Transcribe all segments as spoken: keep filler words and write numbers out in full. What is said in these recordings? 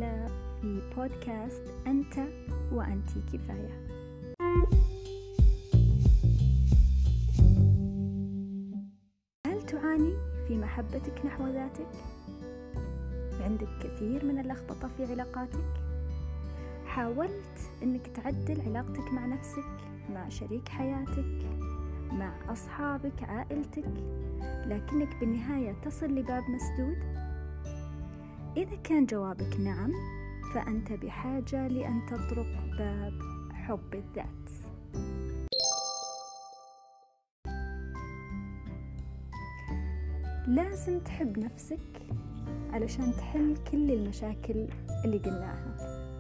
وعلاء في بودكاست أنت وأنتي كفاية. هل تعاني في محبتك نحو ذاتك؟ عندك كثير من اللخبطة في علاقاتك؟ حاولت أنك تعدل علاقتك مع نفسك، مع شريك حياتك، مع أصحابك، عائلتك، لكنك بالنهاية تصل لباب مسدود؟ إذا كان جوابك نعم، فأنت بحاجة لأن تطرق باب حب الذات. لازم تحب نفسك علشان تحل كل المشاكل اللي قلناها،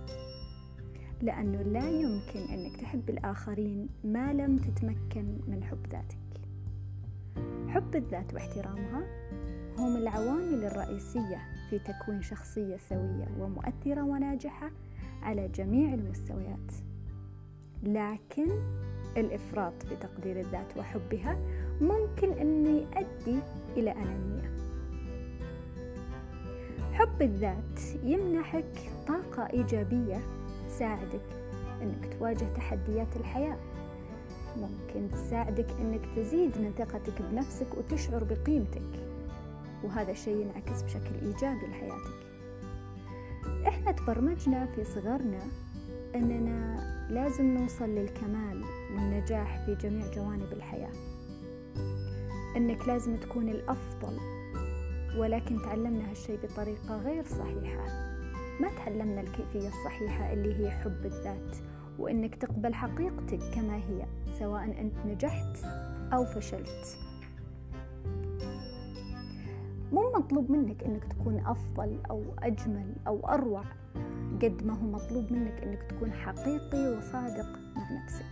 لأنه لا يمكن أنك تحب الآخرين ما لم تتمكن من حب ذاتك. حب الذات واحترامها هم العوامل الرئيسية في تكوين شخصية سوية ومؤثرة وناجحة على جميع المستويات، لكن الإفراط في تقدير الذات وحبها ممكن أن يؤدي إلى أنانية. حب الذات يمنحك طاقة إيجابية تساعدك أنك تواجه تحديات الحياة، ممكن تساعدك أنك تزيد من ثقتك بنفسك وتشعر بقيمتك، وهذا الشيء ينعكس بشكل إيجابي لحياتك. إحنا تبرمجنا في صغرنا أننا لازم نوصل للكمال والنجاح في جميع جوانب الحياة، أنك لازم تكون الأفضل، ولكن تعلمنا هالشيء بطريقة غير صحيحة. ما تعلمنا الكيفية الصحيحة اللي هي حب الذات، وإنك تقبل حقيقتك كما هي سواء أنت نجحت أو فشلت. مو مطلوب منك إنك تكون أفضل أو أجمل أو أروع، قد ما هو مطلوب منك إنك تكون حقيقي وصادق مع نفسك.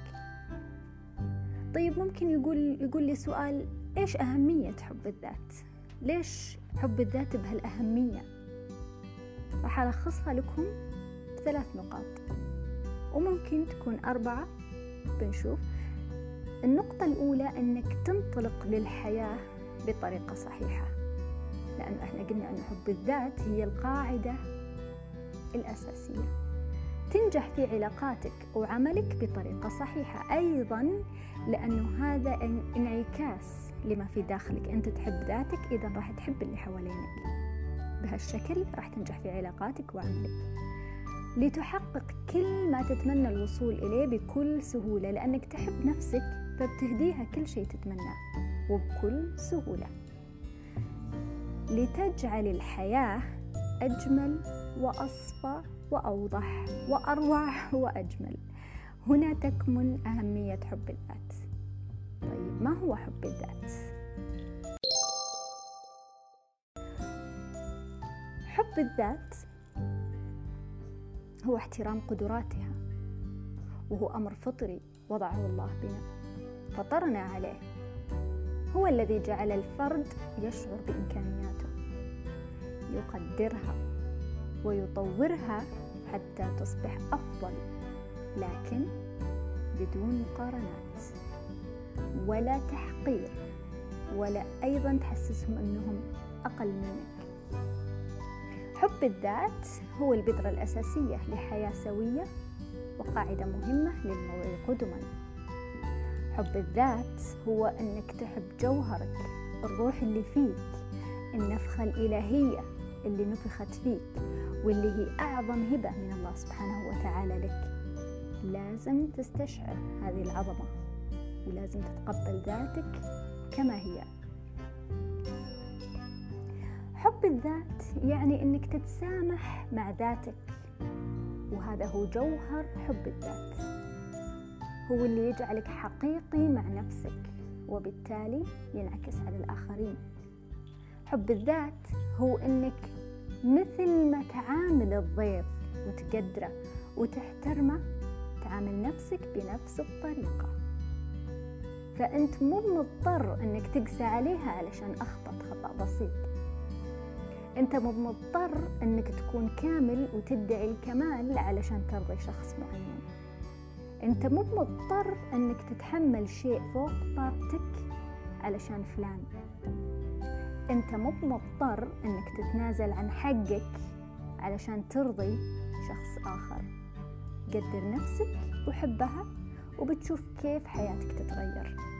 طيب ممكن يقول يقول لي سؤال: إيش أهمية حب الذات؟ ليش حب الذات بهالأهمية؟ راح ألخصها لكم بثلاث نقاط، وممكن تكون أربعة، بنشوف. النقطة الأولى أنك تنطلق للحياة بطريقة صحيحة، لأن إحنا قلنا أن حب الذات هي القاعدة الأساسية. تنجح في علاقاتك وعملك بطريقة صحيحة أيضا، لأنه هذا انعكاس لما في داخلك. أنت تحب ذاتك، إذا راح تحب اللي حوالينك. بهالشكل راح تنجح في علاقاتك وعملك لتحقق كل ما تتمنى الوصول إليه بكل سهولة، لأنك تحب نفسك فبتهديها كل شيء تتمناه وبكل سهولة، لتجعل الحياة أجمل وأصفى وأوضح وأروع وأجمل. هنا تكمن أهمية حب الذات. طيب ما هو حب الذات؟ حب الذات هو احترام قدراتها، وهو أمر فطري وضعه الله بنا، فطرنا عليه. هو الذي جعل الفرد يشعر بإمكانياته، يقدرها ويطورها حتى تصبح أفضل، لكن بدون مقارنات ولا تحقير، ولا أيضا تحسسهم أنهم أقل منك. حب الذات هو البذرة الأساسية لحياة سوية وقاعدة مهمة للموعي قدما. حب الذات هو أنك تحب جوهرك، الروح اللي فيك، النفخة الإلهية اللي نفخت فيك، واللي هي أعظم هبة من الله سبحانه وتعالى لك. لازم تستشعر هذه العظمة، ولازم تتقبل ذاتك كما هي. حب الذات يعني أنك تتسامح مع ذاتك، وهذا هو جوهر حب الذات. هو اللي يجعلك حقيقي مع نفسك، وبالتالي ينعكس على الآخرين. حب الذات هو أنك مثل ما تعامل الضيف وتقدره وتحترمه، تعامل نفسك بنفس الطريقة. فأنت مو مضطر أنك تقسى عليها علشان أخطأت خطأ بسيط. أنت مو مضطر أنك تكون كامل وتدعي الكمال علشان ترضي شخص معين. أنت مو مضطر أنك تتحمل شيء فوق طاقتك علشان فلان. أنت مو مضطر أنك تتنازل عن حقك علشان ترضي شخص آخر. قدر نفسك وحبها وبتشوف كيف حياتك تتغير.